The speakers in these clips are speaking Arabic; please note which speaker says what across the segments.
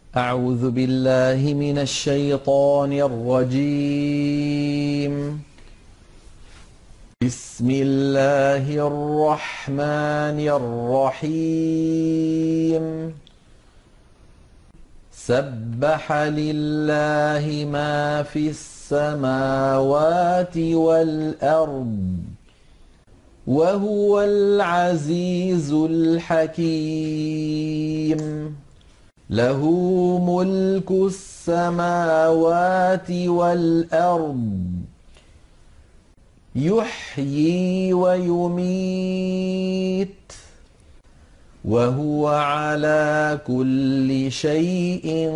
Speaker 1: أعوذ بالله من الشيطان الرجيم. بسم الله الرحمن الرحيم. سبح لله ما في السماوات والأرض وهو العزيز الحكيم. له ملك السماوات والأرض يحيي ويميت وهو على كل شيء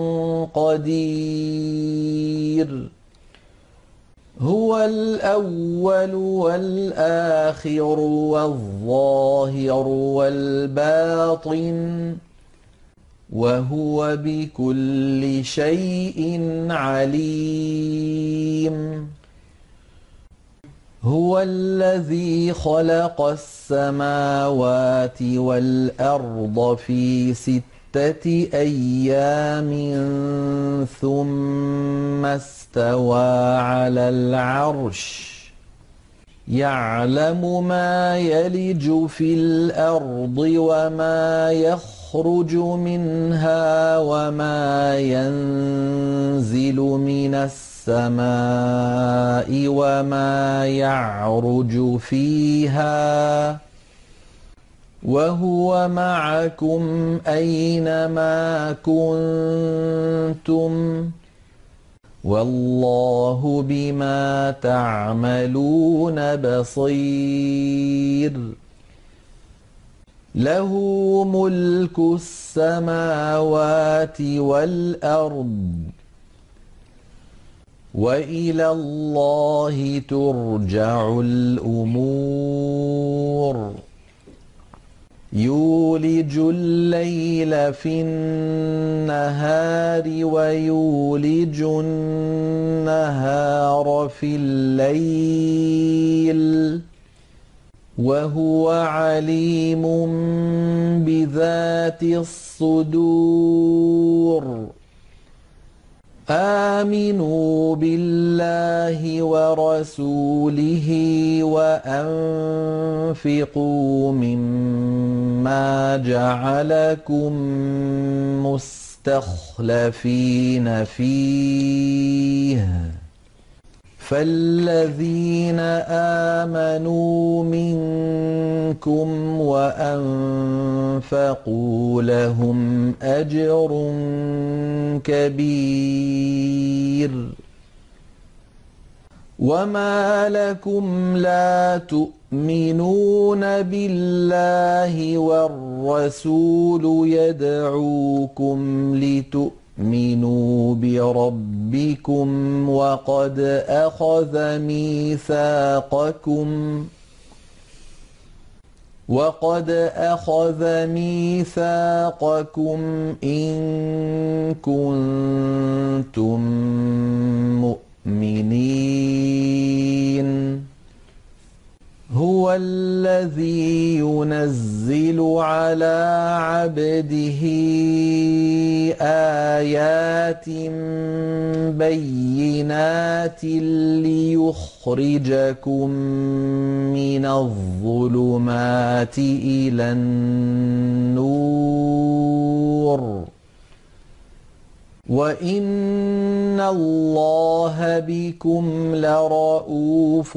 Speaker 1: قدير. هو الأول والآخر والظاهر والباطن وهو بكل شيء عليم. هو الذي خلق السماوات والأرض في 6 أيام ثم استوى على العرش يعلم ما يلج في الأرض وما يخرج منها وما ينزل من السماء وما يعرج فيها وهو معكم أينما كنتم والله بما تعملون بصير. له ملك السماوات والأرض وإلى الله ترجع الأمور. يولج الليل في النهار ويولج النهار في الليل وهو عليم بذات الصدور. آمنوا بالله ورسوله وأنفقوا مما جعلكم مستخلفين فيه فالذين آمنوا منكم وأنفقوا لهم أجر كبير. وما لكم لا تؤمنون بالله والرسول يدعوكم لتؤمنوا بربكم وقد أخذ ميثاقكم إن كنتم مؤمنين. هو الذي ينزل على عبده آيات بينات ليخرجكم من الظلمات إلى النور وإن الله بكم لرءوف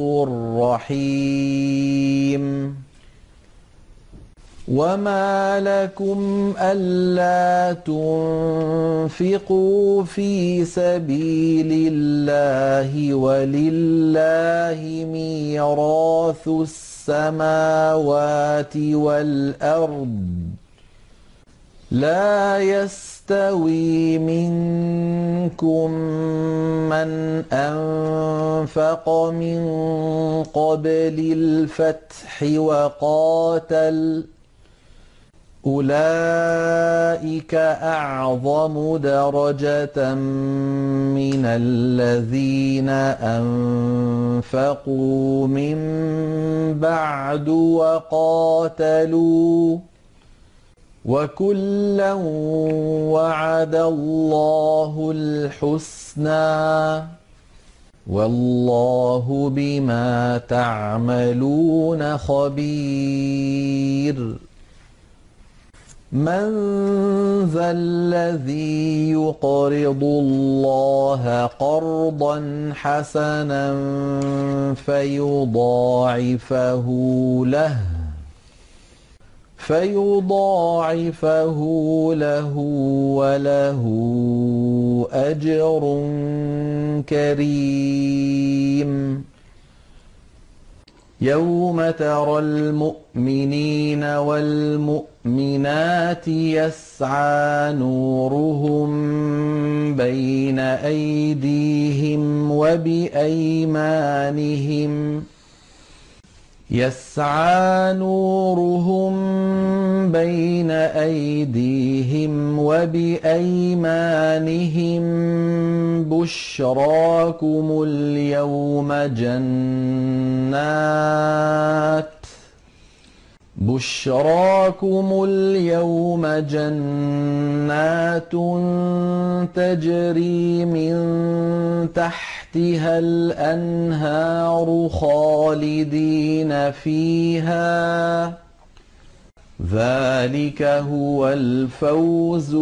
Speaker 1: رحيم. وما لكم ألا تنفقوا في سبيل الله ولله ميراث السماوات والأرض لا يستوي منكم من أنفق من قبل الفتح وقاتل أولئك أعظم درجة من الذين أنفقوا من بعد وقاتلوا وكلا وعد وعد الله الحسنى والله بما تعملون خبير من ذا الذي يقرض الله قرضا حسنا فيضاعفه له وله أجر كريم يوم ترى المؤمنين والمؤمنات يسعى نورهم بين أيديهم وبأيمانهم بشراكم اليوم جنات تجري من تحتها الأنهار خالدين فيها ذلك هو الفوز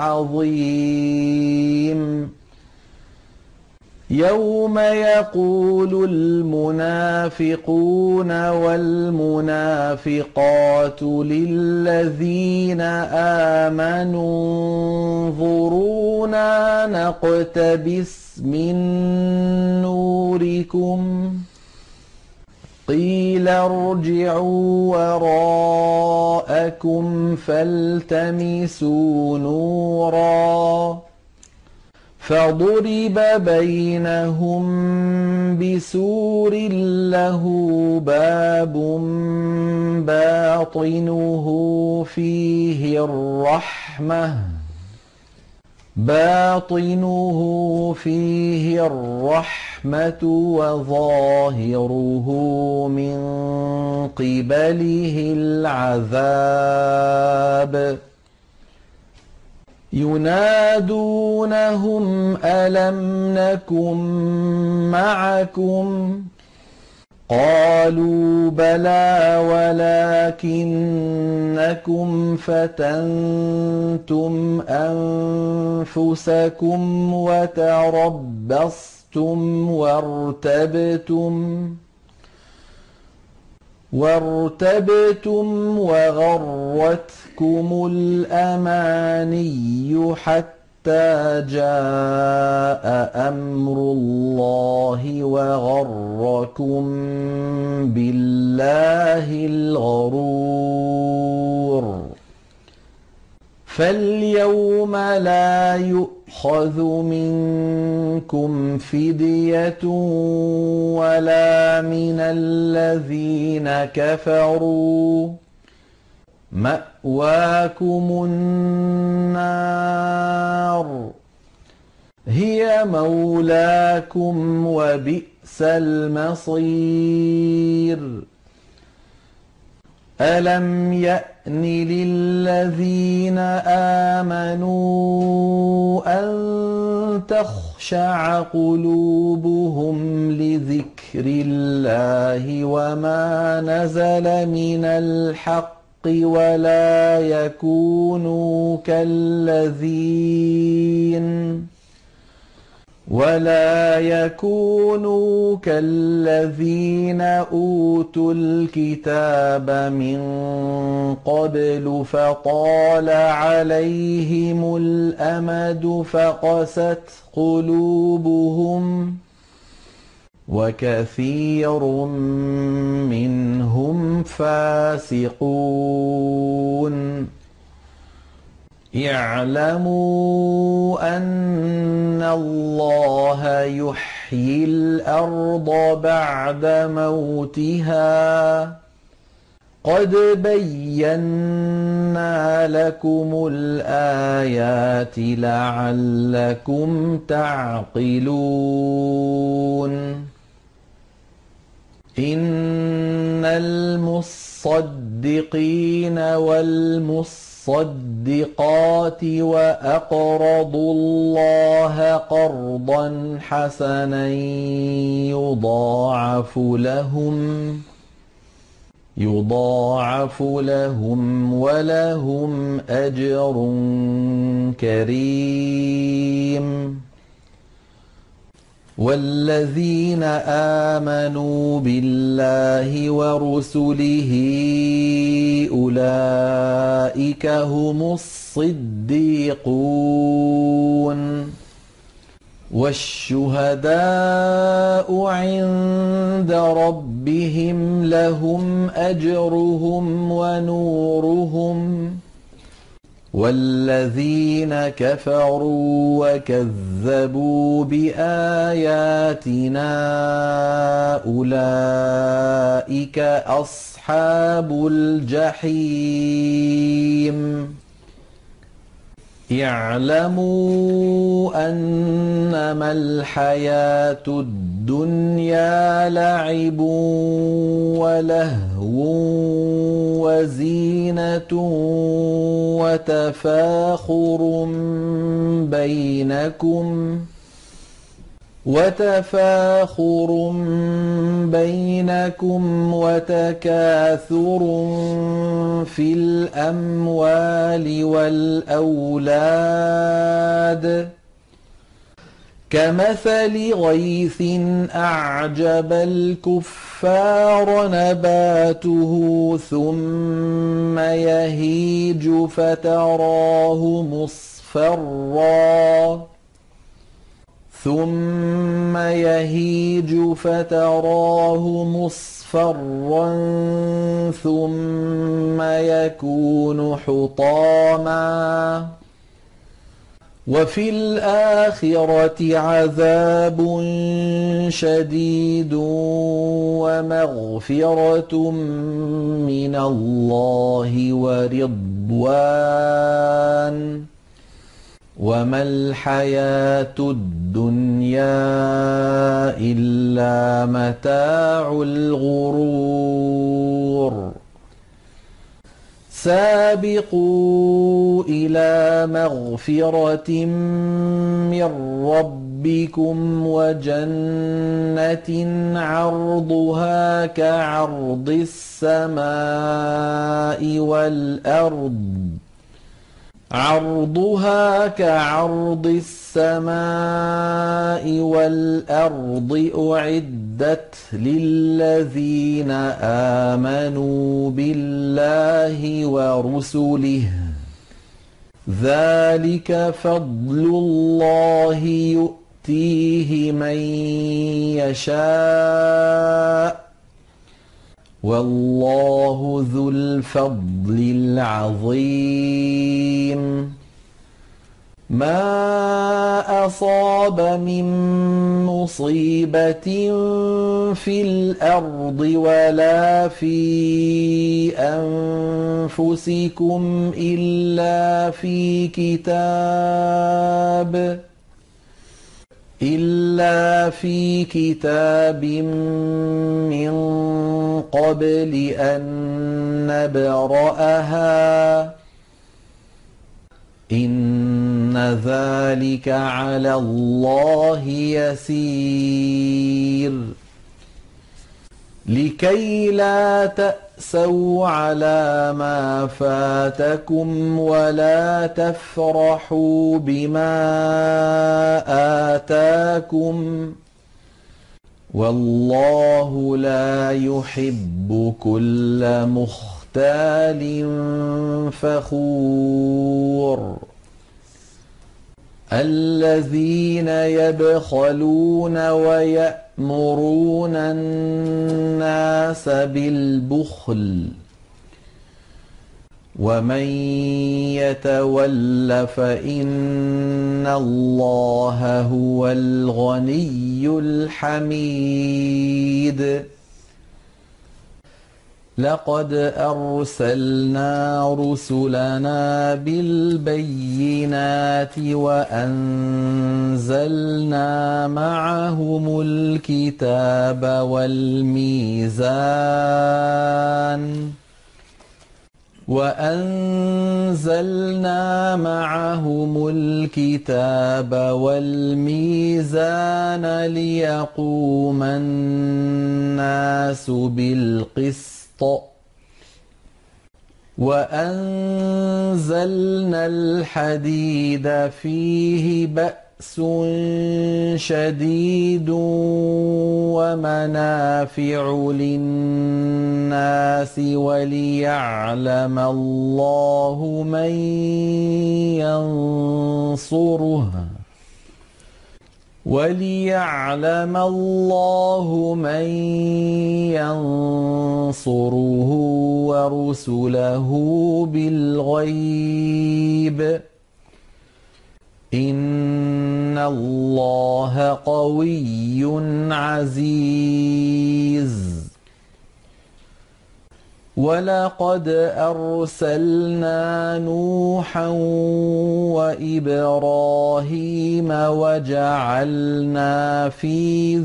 Speaker 1: العظيم يوم يقول المنافقون والمنافقات للذين آمنوا انظرونا نقتبس من نوركم قيل ارجعوا وراءكم فالتمسوا نورا فضرب بينهم بسور له باب باطنه فيه الرحمة وظاهره من قبله العذاب ينادونهم ألم نكن معكم قالوا بلى ولكنكم فتنتم أنفسكم وتربصتم وارتبتم وغرتكم الأماني حتى جاء أمر الله وغركم بالله الغرور فاليوم لا يؤخذ منكم فدية ولا من الذين كفروا مأواكم النار هي مولاكم وبئس المصير ألم يأن للذين آمنوا أن تخشع قلوبهم لذكر الله وما نزل من الحق ولا يكونوا كالذين أوتوا الكتاب من قبل فطال عليهم الأمد فقست قلوبهم وكثير منهم فاسقون اعلموا أن الله يحيي الأرض بعد موتها قد بينا لكم الآيات لعلكم تعقلون إن المصدقين والمصدقين الصدقات وأقرضوا الله قرضا حسنا يضاعف لهم ولهم أجر كريم. والذين آمنوا بالله ورسله أولئك هم الصديقون والشهداء عند ربهم لهم أجرهم ونورهم. والذين كفروا وكذبوا بآياتنا أولئك أصحاب الجحيم. اعلموا أنما الحياة الدنيا لعب ولهو وزينة وتفاخر بينكم وتكاثر في الأموال والأولاد كمثل غيث أعجب الكفار نباته ثم يهيج فتراه مصفرا ثم يكون حطاما. وفي الآخرة عذاب شديد ومغفرة من الله ورضوان وما الحياة الدنيا إلا متاع الغرور. سابقوا إلى مغفرة من ربكم وجنة عرضها كعرض السماء والأرض أعدت للذين آمنوا بالله ورسله ذلك فضل الله يؤتيه من يشاء والله ذو الفضل العظيم. ما أصاب من مصيبة في الأرض ولا في أنفسكم إلا في كتاب من قبل أن نبرأها إن ذلك على الله يسير. لكي لا تأسوا على ما فاتكم ولا تفرحوا بما آتاكم والله لا يحب كل مختال فخور. الذين يبخلون ويأمرون الناس بالبخل ومن يتول فإن الله هو الغني الحميد. لقد أرسلنا رسلنا بالبينات وأنزلنا معهم الكتاب والميزان وأنزلنا معهم الكتاب والميزان ليقوم الناس بالقسط وأنزلنا الحديد فيه بأس شديد ومنافع للناس وليعلم الله من ينصره ورسله بالغيب إن الله قوي عزيز ولقد أرسلنا نوحا وإبراهيم وجعلنا في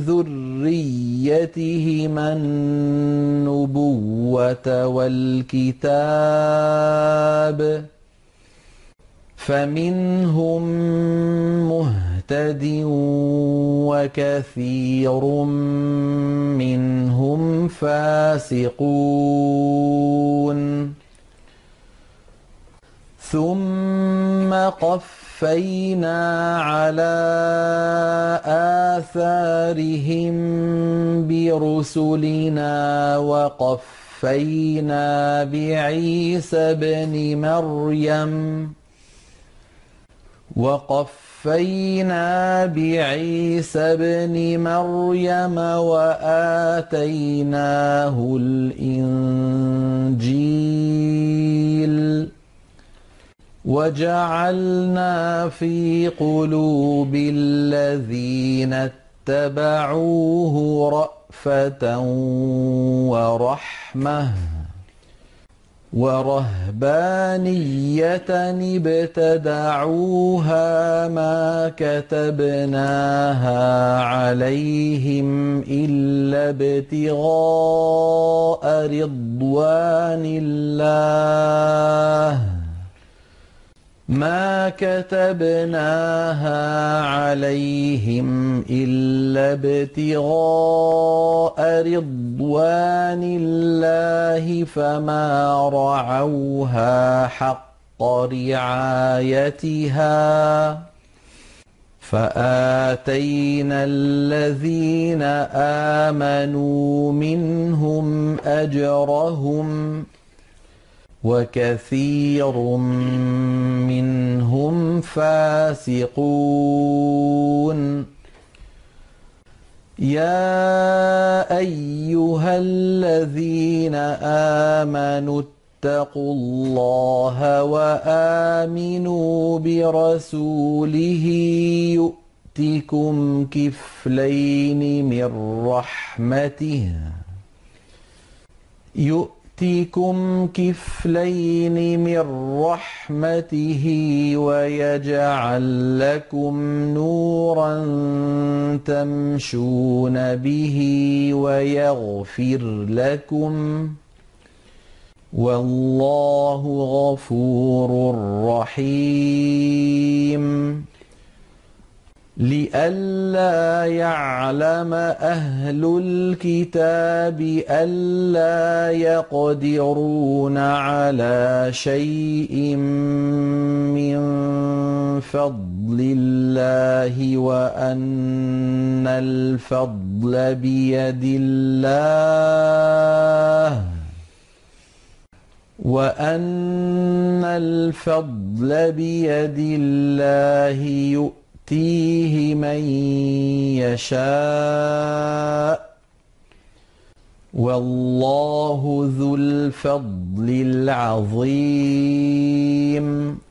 Speaker 1: ذريتهما النبوة والكتاب فمنهم مهتد وكثير منهم فاسقون ثم قفينا على آثارهم برسلنا وقفينا بعيسى ابن مريم وآتيناه الإنجيل وجعلنا في قلوب الذين اتبعوه رأفة ورحمة ورهبانية ابتدعوها ما كتبناها عليهم إلا ابتغاء رضوان الله فما رعوها حق رعايتها فآتينا الذين آمنوا منهم أجرهم وكثير منهم فاسقون يا أيها الذين آمنوا اتقوا الله وآمنوا برسوله يؤتكم كفلين من رحمته ويجعل لكم نورا تمشون به ويغفر لكم والله غفور رحيم لئلا يعلم أهل الكتاب ألا يقدرون على شيء من فضل الله وأن الفضل بيد الله يؤتيه من يشاء والله ذو الفضل العظيم